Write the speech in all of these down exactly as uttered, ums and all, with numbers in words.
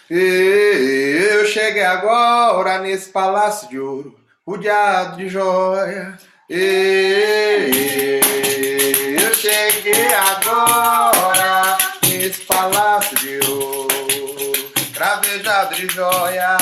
Eu cheguei agora nesse palácio de ouro, rodeado de joia. Eu cheguei agora nesse palácio de ouro, cravejado de joia.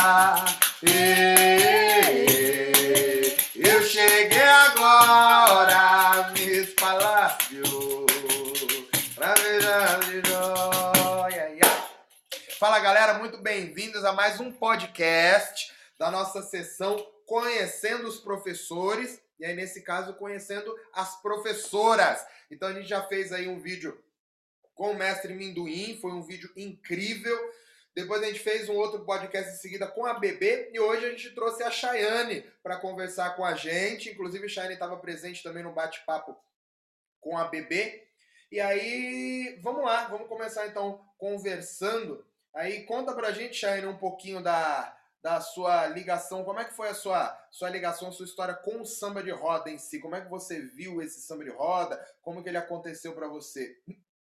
Eu cheguei agora nesse palácio de ouro, cravejado de joia. Fala galera, muito bem-vindos a mais um podcast da nossa sessão Conhecendo os Professores, e aí nesse caso Conhecendo as Professoras. Então a gente já fez aí um vídeo com o mestre Minduim, foi um vídeo incrível. Depois a gente fez um outro podcast em seguida com a Bebê, e hoje a gente trouxe a Chayane para conversar com a gente. Inclusive a Chayane estava presente também no bate-papo com a Bebê. E aí, vamos lá, vamos começar então conversando. Aí conta pra gente, Chayane, um pouquinho da, da sua ligação. Como é que foi a sua, sua ligação, a sua história com o samba de roda em si? Como é que você viu esse samba de roda? Como que ele aconteceu pra você?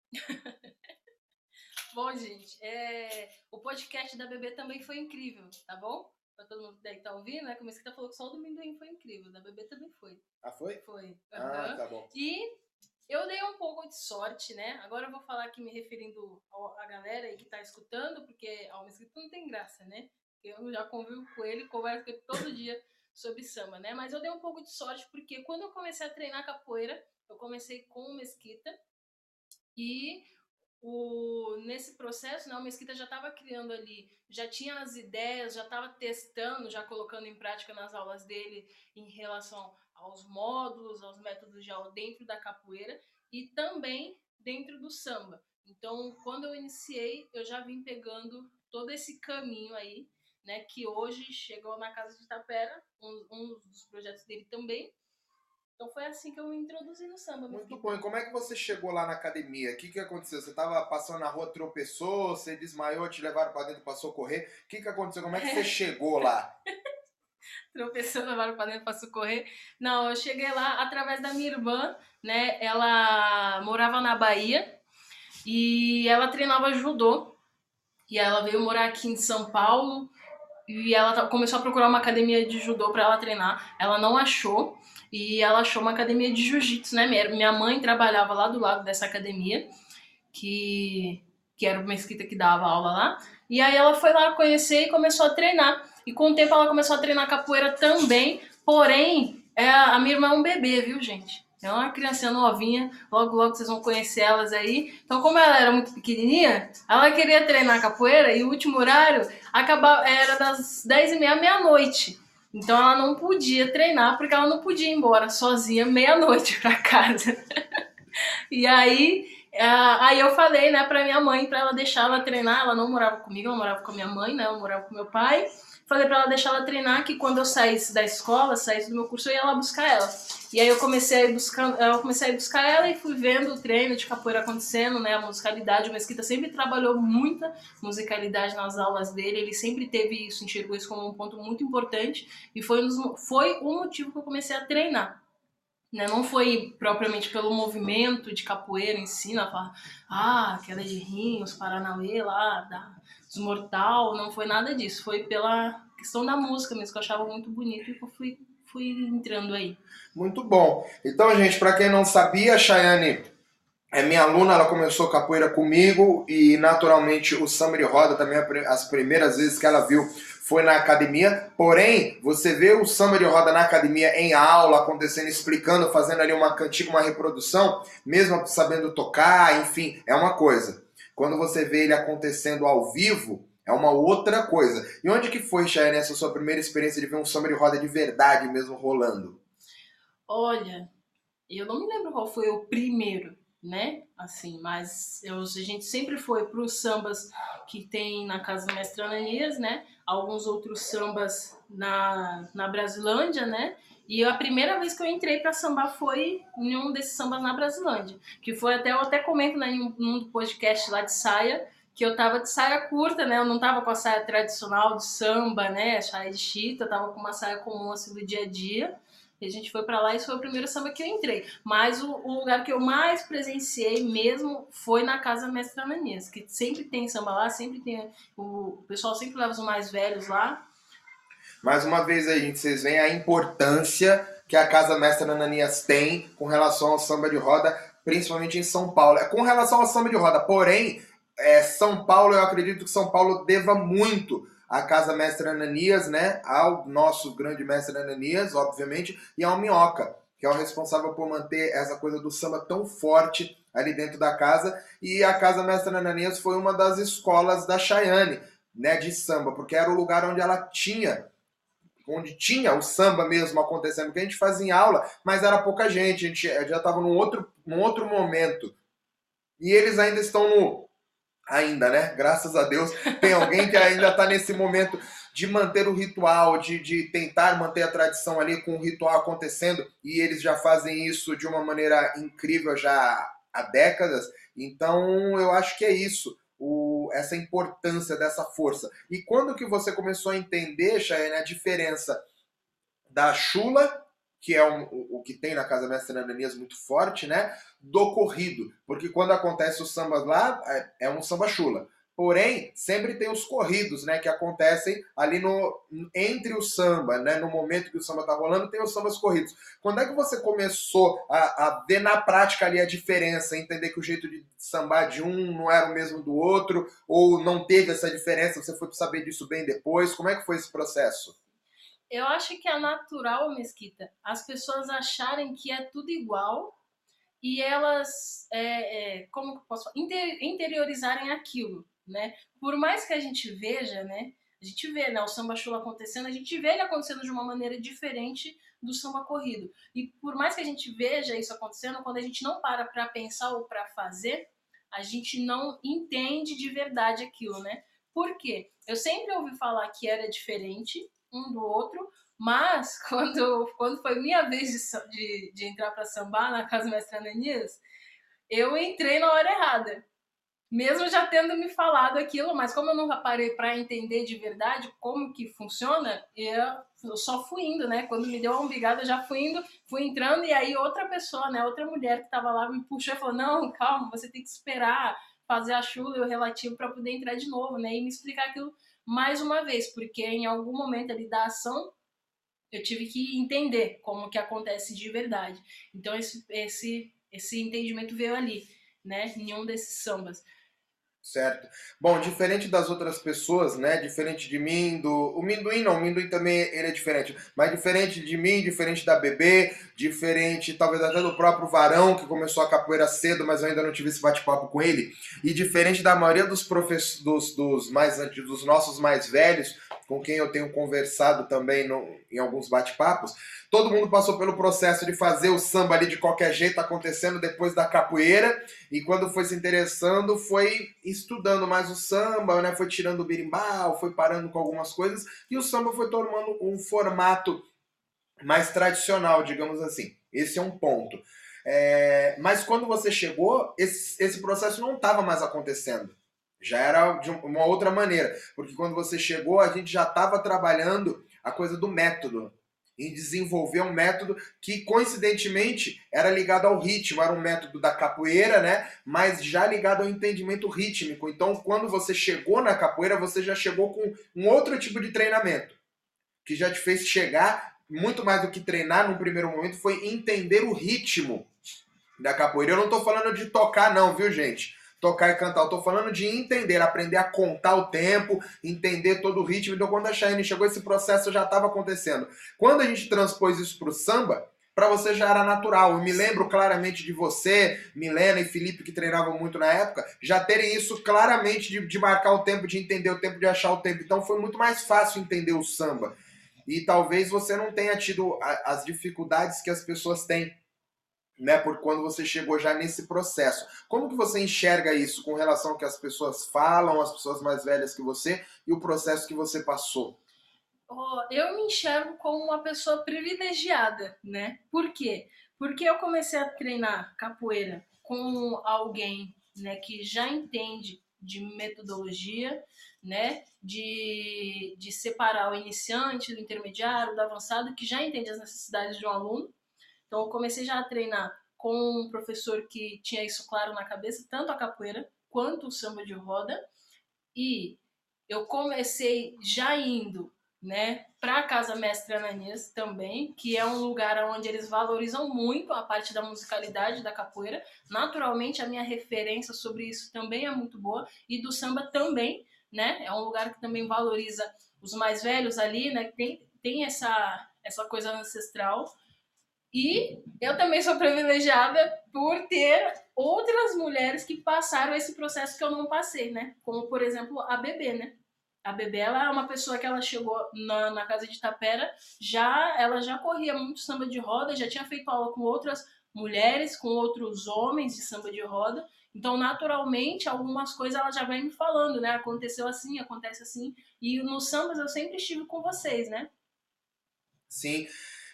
Bom, gente, é... o podcast da Bebê também foi incrível, tá bom? Pra todo mundo que tá ouvindo, né? Como você tá falou que só o do Minduim foi incrível, da Bebê também foi. Ah, foi? Foi. Uhum. Ah, tá bom. E eu dei um pouco de sorte, né? Agora eu vou falar aqui me referindo à galera aí que tá escutando, porque ao Mesquita não tem graça, né? Eu já convivo com ele, converso com ele todo dia sobre samba, né? Mas eu dei um pouco de sorte porque quando eu comecei a treinar capoeira, eu comecei com o Mesquita e o, nesse processo, né, o Mesquita já estava criando ali, já tinha as ideias, já estava testando, já colocando em prática nas aulas dele em relação aos módulos, aos métodos de aula dentro da capoeira e também dentro do samba. Então, quando eu iniciei, eu já vim pegando todo esse caminho aí, né, que hoje chegou na Casa de Tapera, um, um dos projetos dele também. Então foi assim que eu me introduzi no samba. Muito bom. E como é que você chegou lá na academia? O que, que aconteceu? Você estava passando na rua, tropeçou, você desmaiou, te levaram para dentro para socorrer? O que, que aconteceu? Como é que você chegou lá? Tropeçou, levaram para dentro para socorrer. Não, eu cheguei lá através da minha irmã, né? Ela morava na Bahia e ela treinava judô. E ela veio morar aqui em São Paulo e ela começou a procurar uma academia de judô para ela treinar. Ela não achou e ela achou uma academia de jiu-jitsu, né? Minha mãe trabalhava lá do lado dessa academia, que, que era o Mesquita que dava aula lá. E aí ela foi lá conhecer e começou a treinar. E com o tempo ela começou a treinar capoeira também, porém, é, a minha irmã é um bebê, viu, gente? É uma criancinha novinha, logo logo vocês vão conhecer elas aí. Então, como ela era muito pequenininha, ela queria treinar capoeira e o último horário acabava, era das dez e meia à meia-noite. Então ela não podia treinar porque ela não podia ir embora sozinha meia-noite pra casa. E aí, uh, aí eu falei, né, pra minha mãe, pra ela deixar ela treinar. Ela não morava comigo, ela morava com a minha mãe, né, ela morava com meu pai. Falei pra ela deixar ela treinar, que quando eu saísse da escola, saísse do meu curso, eu ia lá buscar ela. E aí eu comecei a ir buscar, eu comecei a ir buscar ela e fui vendo o treino de capoeira acontecendo, né, a musicalidade. O Mesquita sempre trabalhou muita musicalidade nas aulas dele, ele sempre teve isso, enxergou isso como um ponto muito importante e foi, foi o motivo que eu comecei a treinar. Né? Não foi propriamente pelo movimento de capoeira em si, né? Ah, aquela de Rinhos, Paranauê lá, da, dos Mortal, não foi nada disso. Foi pela questão da música mesmo, que eu achava muito bonito e que eu fui, fui entrando aí. Muito bom. Então, gente, para quem não sabia, a Chayane é minha aluna, ela começou capoeira comigo e, naturalmente, o samba de roda também, as primeiras vezes que ela viu foi na academia, porém, você vê o samba de roda na academia em aula, acontecendo, explicando, fazendo ali uma cantiga, uma reprodução, mesmo sabendo tocar, enfim, é uma coisa. Quando você vê ele acontecendo ao vivo, é uma outra coisa. E onde que foi, Chayane, essa sua primeira experiência de ver um samba de roda de verdade mesmo rolando? Olha, eu não me lembro qual foi o primeiro, né? Assim, mas eu, a gente sempre foi para os sambas que tem na Casa do Mestre Ananias, né? Alguns outros sambas na, na Brasilândia, né? E a primeira vez que eu entrei para sambar foi em um desses sambas na Brasilândia, que foi até, eu até comento, né, em um, num podcast lá de saia, que eu tava de saia curta, né? Eu não tava com a saia tradicional de samba, né? Saia de chita, eu tava com uma saia comum assim do dia a dia. E a gente foi pra lá e esse foi o primeiro samba que eu entrei. Mas o, o lugar que eu mais presenciei mesmo foi na Casa Mestre Ananias, que sempre tem samba lá, sempre tem. O, o pessoal sempre leva os mais velhos lá. Mais uma vez aí, gente, vocês veem a importância que a Casa Mestre Ananias tem com relação ao samba de roda, principalmente em São Paulo. É com relação ao samba de roda, porém, é, São Paulo, eu acredito que São Paulo deva muito à Casa Mestre Ananias, né? Ao nosso grande mestre Ananias, obviamente, e ao Minhoca, que é o responsável por manter essa coisa do samba tão forte ali dentro da casa. E a Casa Mestre Ananias foi uma das escolas da Chayane, né, de samba, porque era o lugar onde ela tinha onde tinha o samba mesmo acontecendo, que a gente fazia em aula, mas era pouca gente, a gente já estava num outro, num outro momento. E eles ainda estão no... Ainda, né? Graças a Deus, tem alguém que ainda está nesse momento de manter o ritual, de, de tentar manter a tradição ali com o ritual acontecendo, e eles já fazem isso de uma maneira incrível já há décadas. Então, eu acho que é isso. O, essa importância dessa força. E quando que você começou a entender, Chayane, a diferença da chula, que é um, o, o que tem na Casa Mestre Ananias muito forte, né? Do corrido. Porque quando acontece os sambas lá, é, é um samba chula. Porém, sempre tem os corridos, né, que acontecem ali no entre o samba, né, no momento que o samba tá rolando, tem os sambas corridos. Quando é que você começou a, a ver na prática ali a diferença, entender que o jeito de sambar de um não era o mesmo do outro, ou não teve essa diferença, você foi saber disso bem depois? Como é que foi esse processo? Eu acho que é natural, Mesquita, as pessoas acharem que é tudo igual e elas, é, é, como que eu posso falar? Inter, interiorizarem aquilo, né? Por mais que a gente veja, né? A gente vê, né, o samba chula acontecendo, a gente vê ele acontecendo de uma maneira diferente do samba corrido. E por mais que a gente veja isso acontecendo, quando a gente não para para pensar ou para fazer, a gente não entende de verdade aquilo, né? Por quê? Eu sempre ouvi falar que era diferente um do outro, mas quando, quando foi minha vez de, de, de entrar para sambar na Casa Mestre Ananias, eu entrei na hora errada. Mesmo já tendo me falado aquilo, mas como eu nunca parei para entender de verdade como que funciona, eu só fui indo, né? Quando me deu a umbigada, eu já fui indo, fui entrando, e aí outra pessoa, né? Outra mulher que estava lá me puxou e falou: não, calma, você tem que esperar fazer a chula e o relativo para poder entrar de novo, né? E me explicar aquilo mais uma vez, porque em algum momento ali da ação eu tive que entender como que acontece de verdade. Então esse, esse, esse entendimento veio ali, né? Em um desses sambas. Certo. Bom, diferente das outras pessoas, né? Diferente de mim, do... O Minduim não, o Minduim também ele é diferente. Mas diferente de mim, diferente da Bebê, diferente talvez até do próprio Varão, que começou a capoeira cedo, mas eu ainda não tive esse bate-papo com ele. E diferente da maioria dos professores, dos, dos, mais, dos nossos mais velhos, com quem eu tenho conversado também no, em alguns bate-papos, todo mundo passou pelo processo de fazer o samba ali de qualquer jeito acontecendo depois da capoeira, e quando foi se interessando, foi estudando mais o samba, né? Foi tirando o berimbau, foi parando com algumas coisas, e o samba foi tomando um formato mais tradicional, digamos assim. Esse é um ponto. É, mas quando você chegou, esse, esse processo não estava mais acontecendo. Já era de uma outra maneira. Porque quando você chegou, a gente já estava trabalhando a coisa do método. Em desenvolver um método que, coincidentemente, era ligado ao ritmo. Era um método da capoeira, né? Mas já ligado ao entendimento rítmico. Então, quando você chegou na capoeira, você já chegou com um outro tipo de treinamento. Que já te fez chegar, muito mais do que treinar num primeiro momento, foi entender o ritmo da capoeira. Eu não estou falando de tocar não, viu, gente? Tocar e cantar. Eu estou falando de entender, aprender a contar o tempo, entender todo o ritmo. Então, quando a Chayane chegou, esse processo já estava acontecendo. Quando a gente transpôs isso para o samba, para você já era natural. Eu me lembro claramente de você, Milena e Felipe, que treinavam muito na época, já terem isso claramente de, de marcar o tempo, de entender o tempo, de achar o tempo. Então, foi muito mais fácil entender o samba. E talvez você não tenha tido as dificuldades que as pessoas têm, né, por quando você chegou já nesse processo. Como que você enxerga isso com relação ao que as pessoas falam, as pessoas mais velhas que você, e o processo que você passou? Oh, eu me enxergo como uma pessoa privilegiada, né? Por quê? Porque eu comecei a treinar capoeira com alguém, né, que já entende de metodologia, né? De, de separar o iniciante, do intermediário, do avançado, que já entende as necessidades de um aluno. Então, eu comecei já a treinar com um professor que tinha isso claro na cabeça, tanto a capoeira quanto o samba de roda. E eu comecei já indo, né, para a Casa Mestre Ananias também, que é um lugar onde eles valorizam muito a parte da musicalidade da capoeira. Naturalmente, a minha referência sobre isso também é muito boa, e do samba também, né? É um lugar que também valoriza os mais velhos ali, né? Tem, tem essa, essa coisa ancestral. E eu também sou privilegiada por ter outras mulheres que passaram esse processo que eu não passei, né? Como, por exemplo, a Bebê, né? A Bebê, ela é uma pessoa que ela chegou na, na casa de Tapera, já, ela já corria muito samba de roda, já tinha feito aula com outras mulheres, com outros homens de samba de roda. Então, naturalmente, algumas coisas ela já vem me falando, né? Aconteceu assim, acontece assim. E nos sambas eu sempre estive com vocês, né? Sim.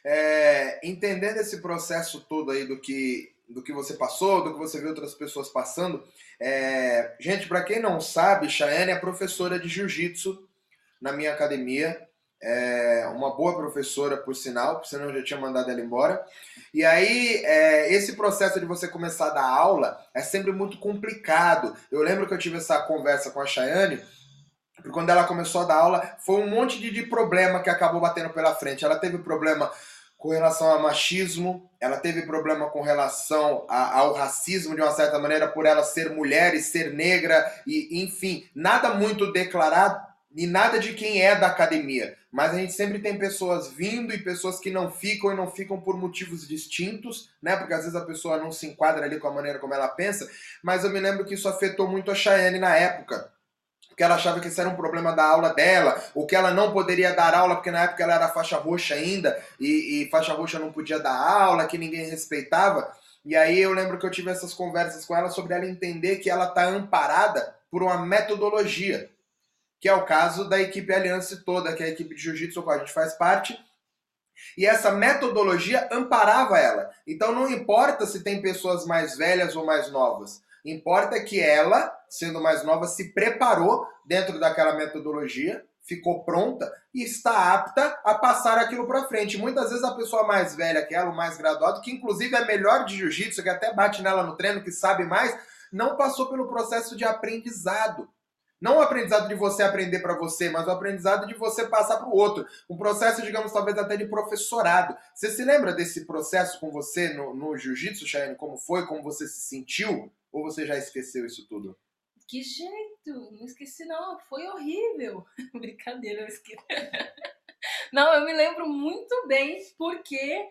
É, entendendo esse processo todo aí do que, do que você passou, do que você viu outras pessoas passando, é, gente, para quem não sabe, Chayane é professora de jiu-jitsu na minha academia, é uma boa professora, por sinal, senão eu já tinha mandado ela embora. E aí, é, esse processo de você começar a dar aula é sempre muito complicado. Eu lembro que eu tive essa conversa com a Chayane, porque quando ela começou a dar aula, foi um monte de, de problema que acabou batendo pela frente. Ela teve problema com relação ao machismo, ela teve problema com relação a, ao racismo, de uma certa maneira, por ela ser mulher e ser negra, e enfim, nada muito declarado, e nada de quem é da academia. Mas a gente sempre tem pessoas vindo e pessoas que não ficam, e não ficam por motivos distintos, né? Porque às vezes a pessoa não se enquadra ali com a maneira como ela pensa, mas eu me lembro que isso afetou muito a Chayane na época, porque ela achava que isso era um problema da aula dela, ou que ela não poderia dar aula, porque na época ela era faixa roxa ainda, e, e faixa roxa não podia dar aula, que ninguém respeitava. E aí eu lembro que eu tive essas conversas com ela sobre ela entender que ela está amparada por uma metodologia, que é o caso da equipe Aliança toda, que é a equipe de jiu-jitsu a qual a gente faz parte. E essa metodologia amparava ela. Então não importa se tem pessoas mais velhas ou mais novas. Importa que ela, sendo mais nova, se preparou dentro daquela metodologia, ficou pronta e está apta a passar aquilo para frente. Muitas vezes a pessoa mais velha que ela, o mais graduado, que inclusive é melhor de jiu-jitsu, que até bate nela no treino, que sabe mais, não passou pelo processo de aprendizado. Não o aprendizado de você aprender para você, mas o aprendizado de você passar para o outro. Um processo, digamos, talvez até de professorado. Você se lembra desse processo com você no, no jiu-jitsu, Chayane? Como foi? Como você se sentiu? Ou você já esqueceu isso tudo? Que jeito! Não esqueci, não. Foi horrível. Brincadeira, eu esqueci. Não, eu me lembro muito bem, porque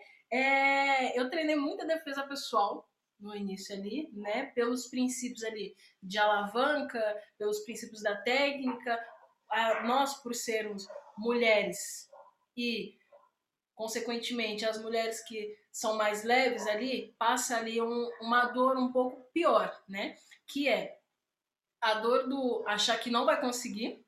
é, eu treinei muita defesa pessoal no início ali, né? Pelos princípios ali de alavanca, pelos princípios da técnica. A, nós, por sermos mulheres e, consequentemente, as mulheres que são mais leves ali, passa ali um, uma dor um pouco pior, né? Que é a dor do achar que não vai conseguir,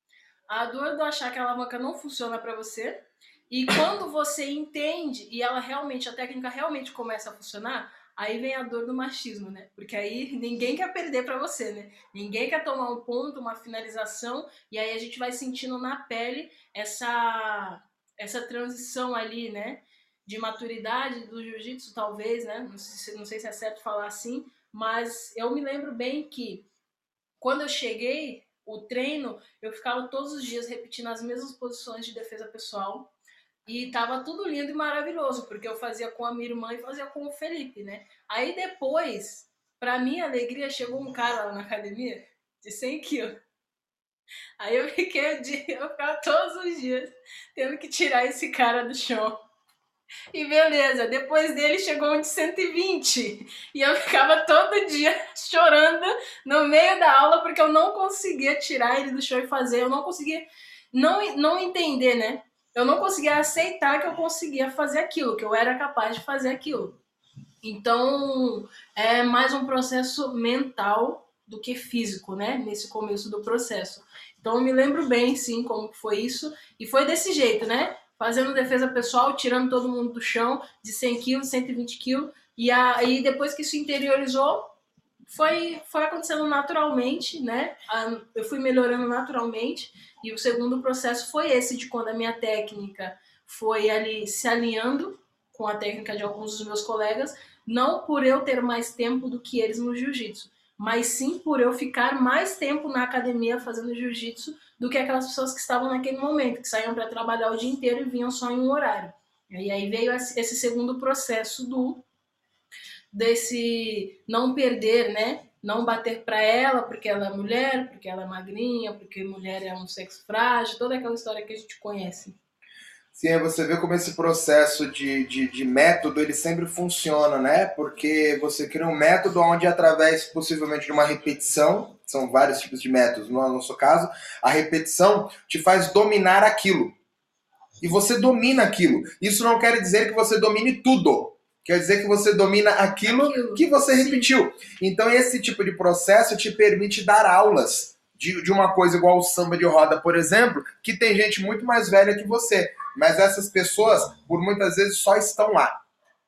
a dor do achar que a alavanca não funciona para você, e quando você entende e ela realmente, a técnica realmente começa a funcionar, aí vem a dor do machismo, né? Porque aí ninguém quer perder para você, né? Ninguém quer tomar um ponto, uma finalização, e aí a gente vai sentindo na pele essa essa transição ali, né? De maturidade do jiu-jitsu, talvez, né? Não sei, não sei se é certo falar assim, mas eu me lembro bem que quando eu cheguei, o treino, eu ficava todos os dias repetindo as mesmas posições de defesa pessoal. E tava tudo lindo e maravilhoso, porque eu fazia com a minha irmã e fazia com o Felipe, né? Aí depois, pra minha alegria, chegou um cara lá na academia de cem quilos. Aí eu fiquei, eu ficava todos os dias tendo que tirar esse cara do chão. E beleza, depois dele chegou um de cento e vinte. E eu ficava todo dia chorando no meio da aula porque eu não conseguia tirar ele do chão e fazer. Eu não conseguia não, não entender, né? Eu não conseguia aceitar que eu conseguia fazer aquilo, que eu era capaz de fazer aquilo. Então, é mais um processo mental do que físico, né? Nesse começo do processo. Então, eu me lembro bem, sim, como foi isso. E foi desse jeito, né? Fazendo defesa pessoal, tirando todo mundo do chão, de cem quilos, cento e vinte quilos. E aí, depois que isso interiorizou, foi, foi acontecendo naturalmente, né? Eu fui melhorando naturalmente. E o segundo processo foi esse, de quando a minha técnica foi ali se alinhando com a técnica de alguns dos meus colegas, não por eu ter mais tempo do que eles no jiu-jitsu, mas sim por eu ficar mais tempo na academia fazendo jiu-jitsu do que aquelas pessoas que estavam naquele momento, que saíam para trabalhar o dia inteiro e vinham só em um horário. E aí veio esse segundo processo do desse não perder, né? Não bater para ela porque ela é mulher, porque ela é magrinha, porque mulher é um sexo frágil, toda aquela história que a gente conhece. Sim, aí você vê como esse processo de, de, de método, ele sempre funciona, né? Porque você cria um método onde, através, possivelmente, de uma repetição, são vários tipos de métodos, no nosso caso, a repetição te faz dominar aquilo. E você domina aquilo. Isso não quer dizer que você domine tudo. Quer dizer que você domina aquilo, aquilo. que você repetiu. Então, esse tipo de processo te permite dar aulas de, de uma coisa igual o samba de roda, por exemplo, que tem gente muito mais velha que você. Mas essas pessoas, por muitas vezes, só estão lá.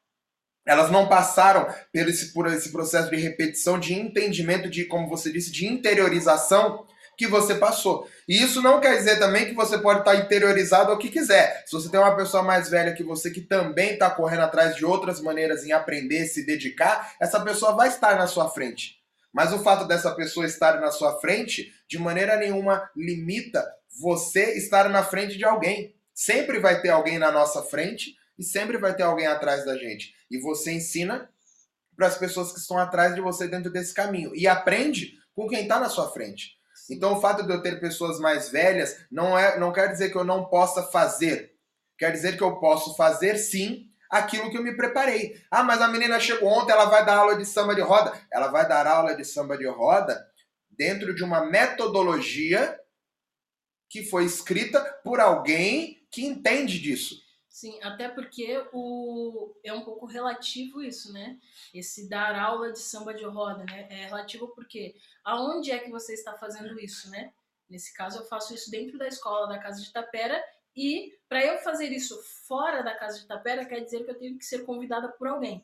Elas não passaram por esse, por esse processo de repetição, de entendimento, de, como você disse, de interiorização que você passou. E isso não quer dizer também que você pode estar interiorizado ao que quiser. Se você tem uma pessoa mais velha que você que também está correndo atrás de outras maneiras em aprender, se dedicar, essa pessoa vai estar na sua frente. Mas o fato dessa pessoa estar na sua frente, de maneira nenhuma limita você estar na frente de alguém. Sempre vai ter alguém na nossa frente e sempre vai ter alguém atrás da gente. E você ensina para as pessoas que estão atrás de você dentro desse caminho. E aprende com quem está na sua frente. Então, o fato de eu ter pessoas mais velhas não, é, não quer dizer que eu não possa fazer. Quer dizer que eu posso fazer, sim, aquilo que eu me preparei. Ah, mas a menina chegou ontem, ela vai dar aula de samba de roda. Ela vai dar aula de samba de roda dentro de uma metodologia que foi escrita por alguém que entende disso. Sim, até porque o... é um pouco relativo isso, né? Esse dar aula de samba de roda, né? É relativo porque aonde é que você está fazendo isso, né? Nesse caso, eu faço isso dentro da escola da Casa de Tapera e para eu fazer isso fora da Casa de Tapera, quer dizer que eu tenho que ser convidada por alguém.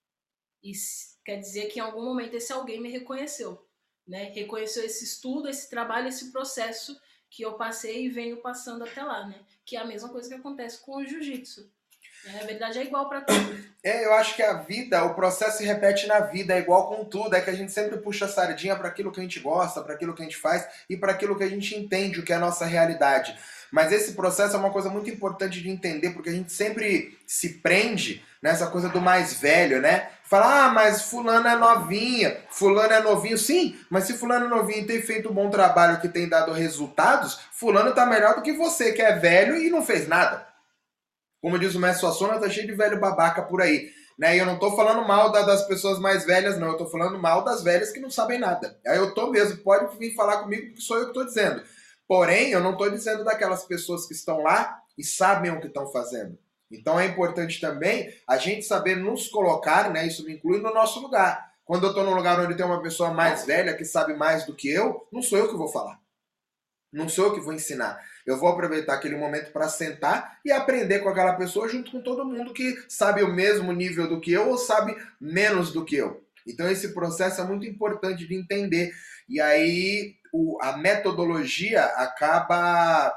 E quer dizer que em algum momento esse alguém me reconheceu, né? Reconheceu esse estudo, esse trabalho, esse processo que eu passei e venho passando até lá, né? Que é a mesma coisa que acontece com o jiu-jitsu. Na verdade, é igual para tudo. É, eu acho que a vida, o processo se repete na vida, é igual com tudo. É que a gente sempre puxa a sardinha para aquilo que a gente gosta, para aquilo que a gente faz e para aquilo que a gente entende, o que é a nossa realidade. Mas esse processo é uma coisa muito importante de entender, porque a gente sempre se prende nessa coisa do mais velho, né? Fala, ah, mas fulano é novinha, fulano é novinho. Sim, mas se fulano é novinho e tem feito um bom trabalho que tem dado resultados, fulano tá melhor do que você, que é velho e não fez nada. Como diz o mestre Suassuna, tá cheio de velho babaca por aí. Né? E eu não tô falando mal da, das pessoas mais velhas, não. Eu tô falando mal das velhas que não sabem nada. Aí eu tô mesmo, pode vir falar comigo, porque sou eu que tô dizendo. Porém, eu não tô dizendo daquelas pessoas que estão lá e sabem o que estão fazendo. Então é importante também a gente saber nos colocar, né? Isso me inclui no nosso lugar. Quando eu tô num lugar onde tem uma pessoa mais velha que sabe mais do que eu, não sou eu que vou falar. Não sou eu que vou ensinar. Eu vou aproveitar aquele momento para sentar e aprender com aquela pessoa junto com todo mundo que sabe o mesmo nível do que eu ou sabe menos do que eu. Então esse processo é muito importante de entender. E aí o, a metodologia acaba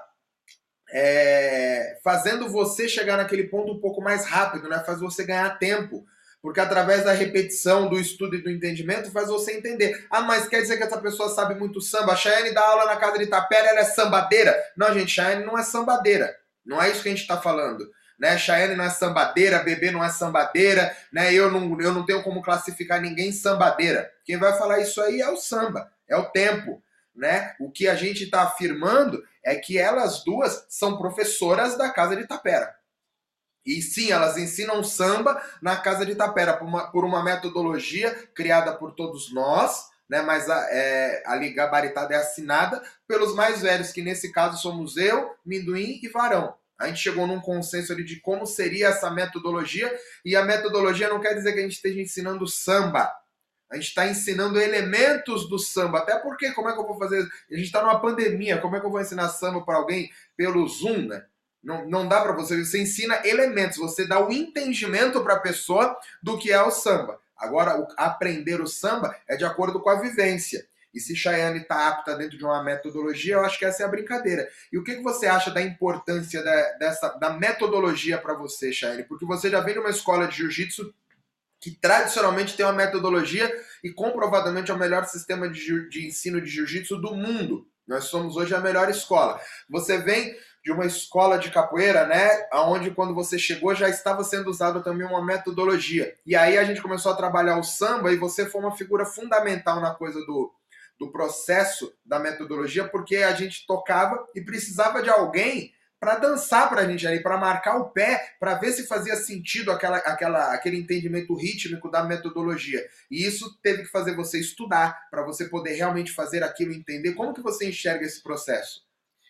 é, fazendo você chegar naquele ponto um pouco mais rápido, né? Faz você ganhar tempo. Porque através da repetição, do estudo e do entendimento, faz você entender. Ah, mas quer dizer que essa pessoa sabe muito samba? A Chayane dá aula na Casa de Tapera, ela é sambadeira? Não, gente, Chayane não é sambadeira. Não é isso que a gente está falando. Né? Chayane não é sambadeira, Bebê não é sambadeira, né? eu, não, eu não tenho como classificar ninguém sambadeira. Quem vai falar isso aí é o samba, é o tempo. Né? O que a gente está afirmando é que elas duas são professoras da Casa de Tapera. E sim, elas ensinam samba na Casa de Tapera por uma, por uma metodologia criada por todos nós, né? Mas a, é, a Liga Gabaritada é assinada pelos mais velhos, que nesse caso somos eu, Minduim e Varão. A gente chegou num consenso ali de como seria essa metodologia, e a metodologia não quer dizer que a gente esteja ensinando samba. A gente está ensinando elementos do samba, até porque como é que eu vou fazer? A gente está numa pandemia, como é que eu vou ensinar samba para alguém pelo Zoom, né? Não, não dá para você, você ensina elementos, você dá o entendimento para a pessoa do que é o samba. Agora, o, aprender o samba é de acordo com a vivência. E se Chayane está apta dentro de uma metodologia, eu acho que essa é a brincadeira. E o que, que você acha da importância da, dessa, da metodologia para você, Chayane? Porque você já vem de uma escola de jiu-jitsu que tradicionalmente tem uma metodologia e comprovadamente é o melhor sistema de, de ensino de jiu-jitsu do mundo. Nós somos hoje a melhor escola. Você vem de uma escola de capoeira, né, onde quando você chegou já estava sendo usada também uma metodologia. E aí a gente começou a trabalhar o samba e você foi uma figura fundamental na coisa do, do processo da metodologia, porque a gente tocava e precisava de alguém para dançar para a gente ali, para marcar o pé, para ver se fazia sentido aquela, aquela, aquele entendimento rítmico da metodologia. E isso teve que fazer você estudar, para você poder realmente fazer aquilo, entender. Como que você enxerga esse processo?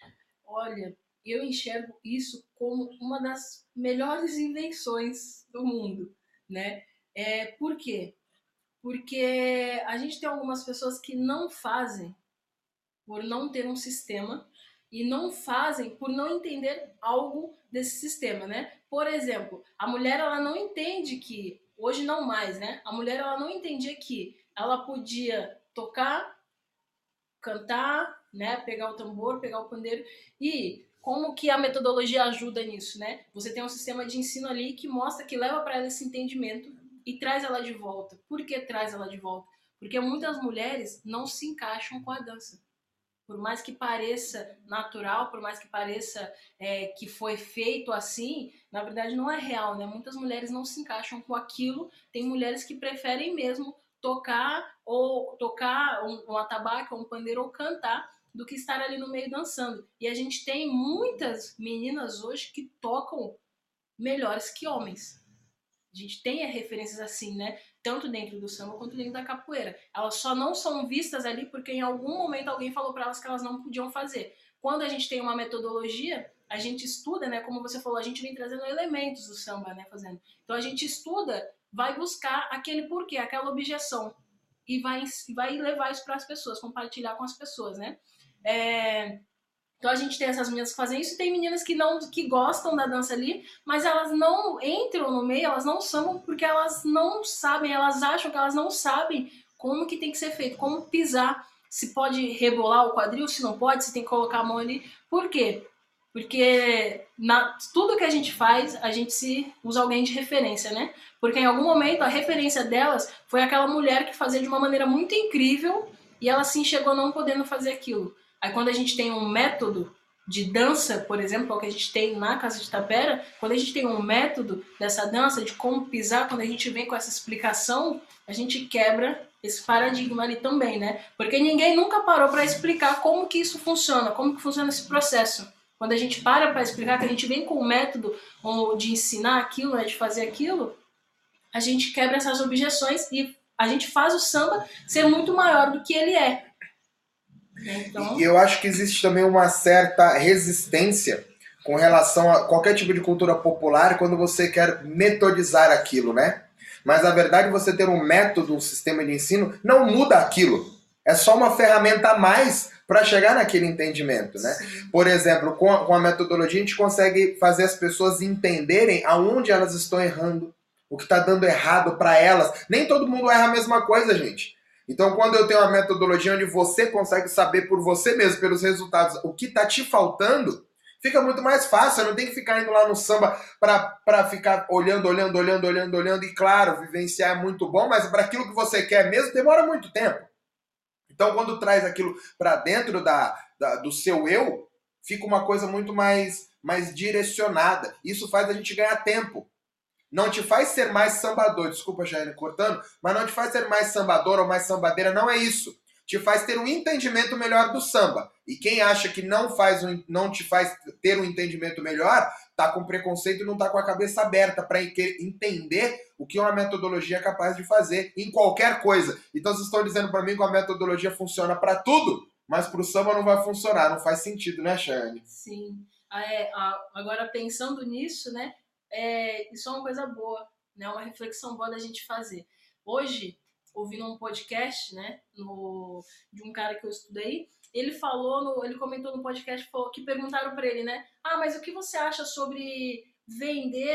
Olha, eu enxergo isso como uma das melhores invenções do mundo, né? É, por quê? Porque a gente tem algumas pessoas que não fazem por não ter um sistema e não fazem por não entender algo desse sistema, né? Por exemplo, a mulher ela não entende que, hoje não mais, né? A mulher ela não entendia que ela podia tocar, cantar, né? Pegar o tambor, pegar o pandeiro e como que a metodologia ajuda nisso, né? Você tem um sistema de ensino ali que mostra, que leva para ela esse entendimento e traz ela de volta. Por que traz ela de volta? Porque muitas mulheres não se encaixam com a dança. Por mais que pareça natural, por mais que pareça é, que foi feito assim, na verdade não é real, né? Muitas mulheres não se encaixam com aquilo. Tem mulheres que preferem mesmo tocar ou tocar um, um atabaque, um pandeiro ou cantar do que estar ali no meio dançando. E a gente tem muitas meninas hoje que tocam melhores que homens. A gente tem referências assim, né? Tanto dentro do samba quanto dentro da capoeira. Elas só não são vistas ali porque em algum momento alguém falou para elas que elas não podiam fazer. Quando a gente tem uma metodologia, a gente estuda, né? Como você falou, a gente vem trazendo elementos do samba, né? Fazendo. Então a gente estuda, vai buscar aquele porquê, aquela objeção e vai, vai levar isso para as pessoas, compartilhar com as pessoas, né? É... Então a gente tem essas meninas que fazem isso e tem meninas que não que gostam da dança ali, mas elas não entram no meio, elas não sambam porque elas não sabem, elas acham que elas não sabem como que tem que ser feito, como pisar, se pode rebolar o quadril, se não pode, se tem que colocar a mão ali. Por quê? Porque na, tudo que a gente faz, a gente se usa alguém de referência, né? Porque em algum momento a referência delas foi aquela mulher que fazia de uma maneira muito incrível e ela se enxergou não podendo fazer aquilo. Aí quando a gente tem um método de dança, por exemplo, que a gente tem na Casa de Tapera, quando a gente tem um método dessa dança, de como pisar, quando a gente vem com essa explicação, a gente quebra esse paradigma ali também, né? Porque ninguém nunca parou para explicar como que isso funciona, como que funciona esse processo. Quando a gente para para explicar, que a gente vem com um método de ensinar aquilo, né, de fazer aquilo, a gente quebra essas objeções e a gente faz o samba ser muito maior do que ele é. Então... E eu acho que existe também uma certa resistência com relação a qualquer tipo de cultura popular quando você quer metodizar aquilo, né? Mas na verdade você ter um método, um sistema de ensino, não muda aquilo. É só uma ferramenta a mais para chegar naquele entendimento, né? Sim. Por exemplo, com a, com a metodologia a gente consegue fazer as pessoas entenderem aonde elas estão errando, o que está dando errado para elas. Nem todo mundo erra a mesma coisa, gente. Então, quando eu tenho uma metodologia onde você consegue saber por você mesmo, pelos resultados, o que está te faltando, fica muito mais fácil. Eu não tenho que ficar indo lá no samba para ficar olhando, olhando, olhando, olhando, olhando. E claro, vivenciar é muito bom, mas para aquilo que você quer mesmo, demora muito tempo. Então, quando traz aquilo para dentro da, da, do seu eu, fica uma coisa muito mais, mais direcionada. Isso faz a gente ganhar tempo. Não te faz ser mais sambador, desculpa, Jair, cortando, mas não te faz ser mais sambador ou mais sambadeira, não é isso. Te faz ter um entendimento melhor do samba. E quem acha que não, faz um, não te faz ter um entendimento melhor, tá com preconceito e não tá com a cabeça aberta para entender o que uma metodologia é capaz de fazer em qualquer coisa. Então vocês estão dizendo para mim que a metodologia funciona para tudo, mas para o samba não vai funcionar. Não faz sentido, né, Chayane? Sim. É, agora, pensando nisso, né? É, isso é uma coisa boa, né? Uma reflexão boa da gente fazer. Hoje, ouvindo um podcast, né, no, de um cara que eu estudei, ele falou, no, ele comentou no podcast falou, que perguntaram para ele, né? Ah, mas o que você acha sobre vender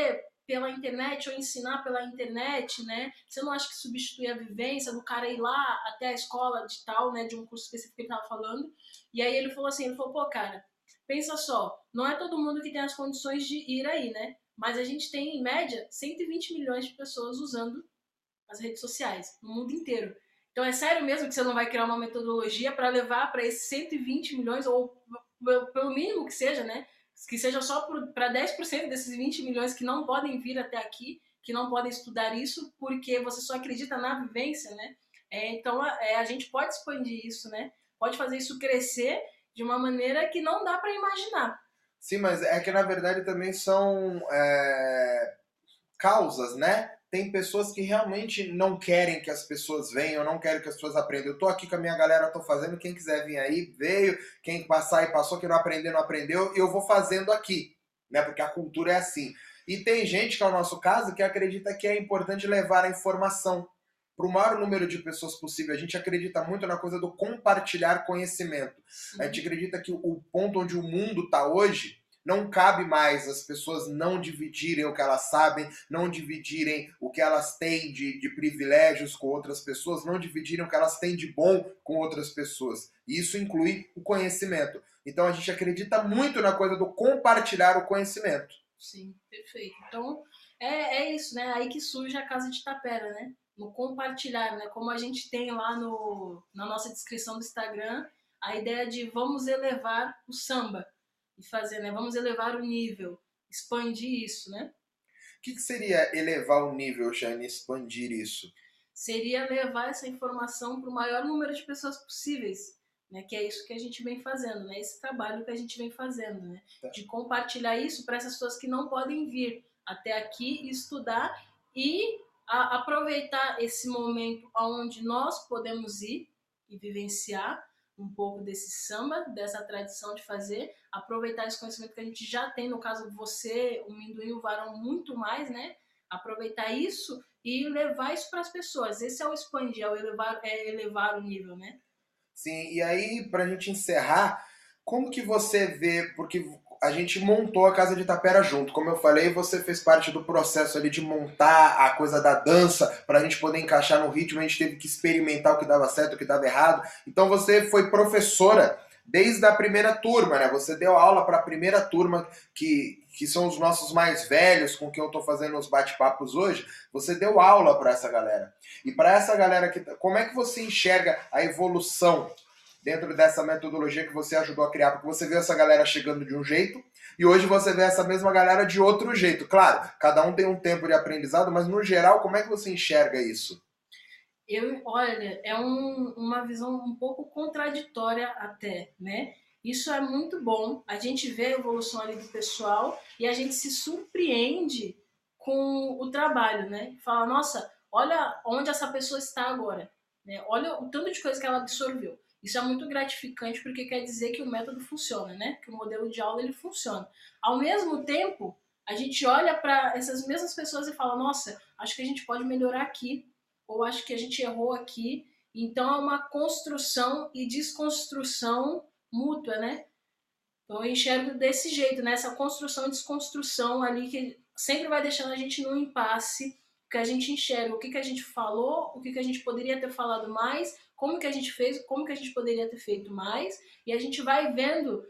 pela internet ou ensinar pela internet, né? Você não acha que substitui a vivência do cara ir lá até a escola de tal, né? De um curso específico que ele tava falando. E aí ele falou assim, ele falou, pô, cara, pensa só, não é todo mundo que tem as condições de ir aí, né? Mas a gente tem, em média, cento e vinte milhões de pessoas usando as redes sociais, no mundo inteiro. Então é sério mesmo que você não vai criar uma metodologia para levar para esses cento e vinte milhões, ou pelo mínimo que seja, né? Que seja só para dez por cento desses vinte milhões que não podem vir até aqui, que não podem estudar isso, porque você só acredita na vivência, né? É, então é, a gente pode expandir isso, né? Pode fazer isso crescer de uma maneira que não dá para imaginar. Sim, mas é que na verdade também são é, causas, né? Tem pessoas que realmente não querem que as pessoas venham, não querem que as pessoas aprendam. Eu tô aqui com a minha galera, tô fazendo, quem quiser vir aí, veio, quem passar e passou, quem não aprender, não aprendeu, eu vou fazendo aqui, né? Porque a cultura é assim. E tem gente, que é o nosso caso, que acredita que é importante levar a informação para o maior número de pessoas possível. A gente acredita muito na coisa do compartilhar conhecimento. Sim. A gente acredita que o ponto onde o mundo está hoje, não cabe mais as pessoas não dividirem o que elas sabem, não dividirem o que elas têm de, de privilégios com outras pessoas, não dividirem o que elas têm de bom com outras pessoas. E isso inclui o conhecimento. Então a gente acredita muito na coisa do compartilhar o conhecimento. Sim, perfeito. Então é, é isso, né? Aí que surge a Casa de Tapera, né? No compartilhar, né? Como a gente tem lá no, na nossa descrição do Instagram, a ideia de vamos elevar o samba. E fazer, né? Vamos elevar o nível, expandir isso, né? O que, que seria elevar o nível, Jane, expandir isso? Seria levar essa informação para o maior número de pessoas possíveis, né? Que é isso que a gente vem fazendo, né? Esse trabalho que a gente vem fazendo, né? Tá. De compartilhar isso para essas pessoas que não podem vir até aqui e estudar e a, aproveitar esse momento onde nós podemos ir e vivenciar um pouco desse samba, dessa tradição de fazer, aproveitar esse conhecimento que a gente já tem, no caso você, o Minduim e o Varão, muito mais, né? Aproveitar isso e levar isso para as pessoas. Esse é o expandir, é o elevar, é elevar o nível, né? Sim, e aí, para a gente encerrar, como que você vê, porque a gente montou a Casa de Tapera junto, como eu falei, você fez parte do processo ali de montar a coisa da dança, para a gente poder encaixar no ritmo, a gente teve que experimentar o que dava certo, o que dava errado, então você foi professora desde a primeira turma, né? Você deu aula para a primeira turma, que, que são os nossos mais velhos, com quem eu estou fazendo os bate-papos hoje, você deu aula para essa galera. E para essa galera, que, como é que você enxerga a evolução dentro dessa metodologia que você ajudou a criar? Porque você vê essa galera chegando de um jeito e hoje você vê essa mesma galera de outro jeito. Claro, cada um tem um tempo de aprendizado, mas no geral, como é que você enxerga isso? Eu, olha, é um, uma visão um pouco contraditória até, né? Isso é muito bom, a gente vê a evolução ali do pessoal e a gente se surpreende com o trabalho, né? Fala, nossa, olha onde essa pessoa está agora, né? Olha o tanto de coisa que ela absorveu. Isso é muito gratificante porque quer dizer que o método funciona, né? Que o modelo de aula ele funciona. Ao mesmo tempo, a gente olha para essas mesmas pessoas e fala, nossa, acho que a gente pode melhorar aqui, ou acho que a gente errou aqui. Então é uma construção e desconstrução mútua, né? Então eu enxergo desse jeito, né? Essa construção e desconstrução ali que sempre vai deixando a gente num impasse, que a gente enxerga o que, que a gente falou, o que, que a gente poderia ter falado mais, como que a gente fez, como que a gente poderia ter feito mais, e a gente vai vendo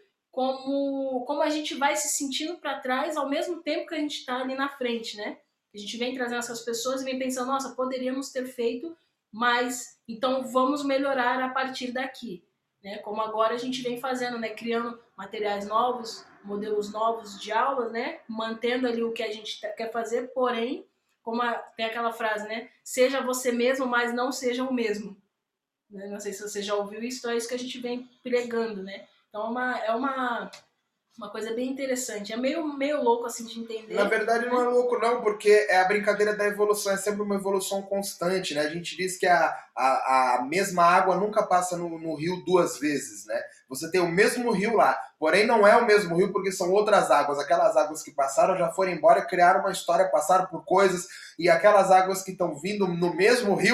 como, como a gente vai se sentindo para trás ao mesmo tempo que a gente está ali na frente, né? A gente vem trazendo essas pessoas e vem pensando, nossa, poderíamos ter feito mais, então vamos melhorar a partir daqui. Né? Como agora a gente vem fazendo, né? Criando materiais novos, modelos novos de aulas, né? Mantendo ali o que a gente quer fazer, porém, como a, tem aquela frase, né? Seja você mesmo, mas não seja o mesmo. Né? Não sei se você já ouviu isso, então é isso que a gente vem pregando, né? Então é uma... É uma Uma coisa bem interessante. É meio, meio louco assim de entender. Na verdade, né? Não é louco não, porque é a brincadeira da evolução, é sempre uma evolução constante, né? A gente diz que a, a, a mesma água nunca passa no, no rio duas vezes, né? Você tem o mesmo rio lá, porém não é o mesmo rio porque são outras águas. Aquelas águas que passaram já foram embora, criaram uma história, passaram por coisas, e aquelas águas que estão vindo no mesmo rio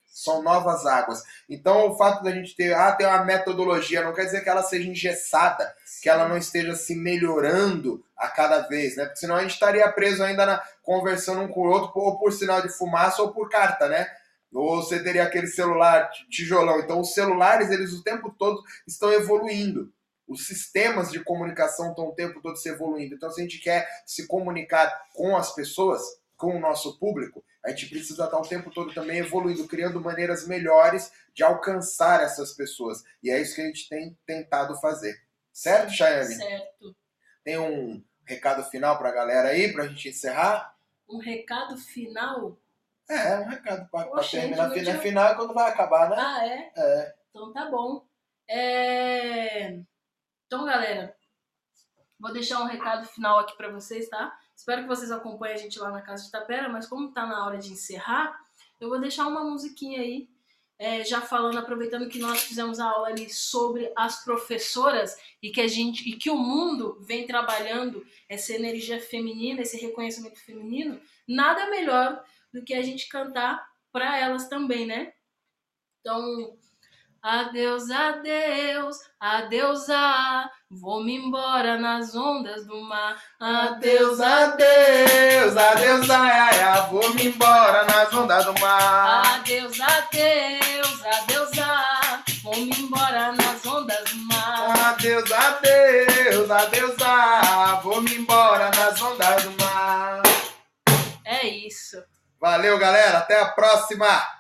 São novas águas. Então, o fato da gente ter, ah, ter uma metodologia, não quer dizer que ela seja engessada, Sim. que ela não esteja se melhorando a cada vez, né? Porque senão a gente estaria preso ainda na, conversando um com o outro, ou por sinal de fumaça ou por carta, né? Ou você teria aquele celular tijolão. Então, os celulares, eles o tempo todo estão evoluindo. Os sistemas de comunicação estão o tempo todo se evoluindo. Então, se a gente quer se comunicar com as pessoas, com o nosso público, a gente precisa estar o tempo todo também evoluindo, criando maneiras melhores de alcançar essas pessoas. E é isso que a gente tem tentado fazer. Certo, Chayane? Certo. Tem um recado final para a galera aí, para a gente encerrar? Um recado final? É, um recado para terminar. Gente, tinha... Final é quando vai acabar, né? Ah, é? É. Então tá bom. É... Então, galera, vou deixar um recado final aqui para vocês, tá? Espero que vocês acompanhem a gente lá na Casa de Tapera, mas como tá na hora de encerrar, eu vou deixar uma musiquinha aí, é, já falando, aproveitando que nós fizemos a aula ali sobre as professoras e que a gente e que o mundo vem trabalhando essa energia feminina, esse reconhecimento feminino, nada melhor do que a gente cantar para elas também, né? Então, adeus, adeus, adeus, ah, vou-me embora nas ondas do mar. Adeus, adeus, adeus, ai, ai, ai, vou-me embora nas ondas do mar. Adeus, adeus, adeus, ah, vou-me embora nas ondas do mar. Adeus, adeus, adeus, ah, vou-me embora nas ondas do mar. É isso. Valeu, galera, até a próxima!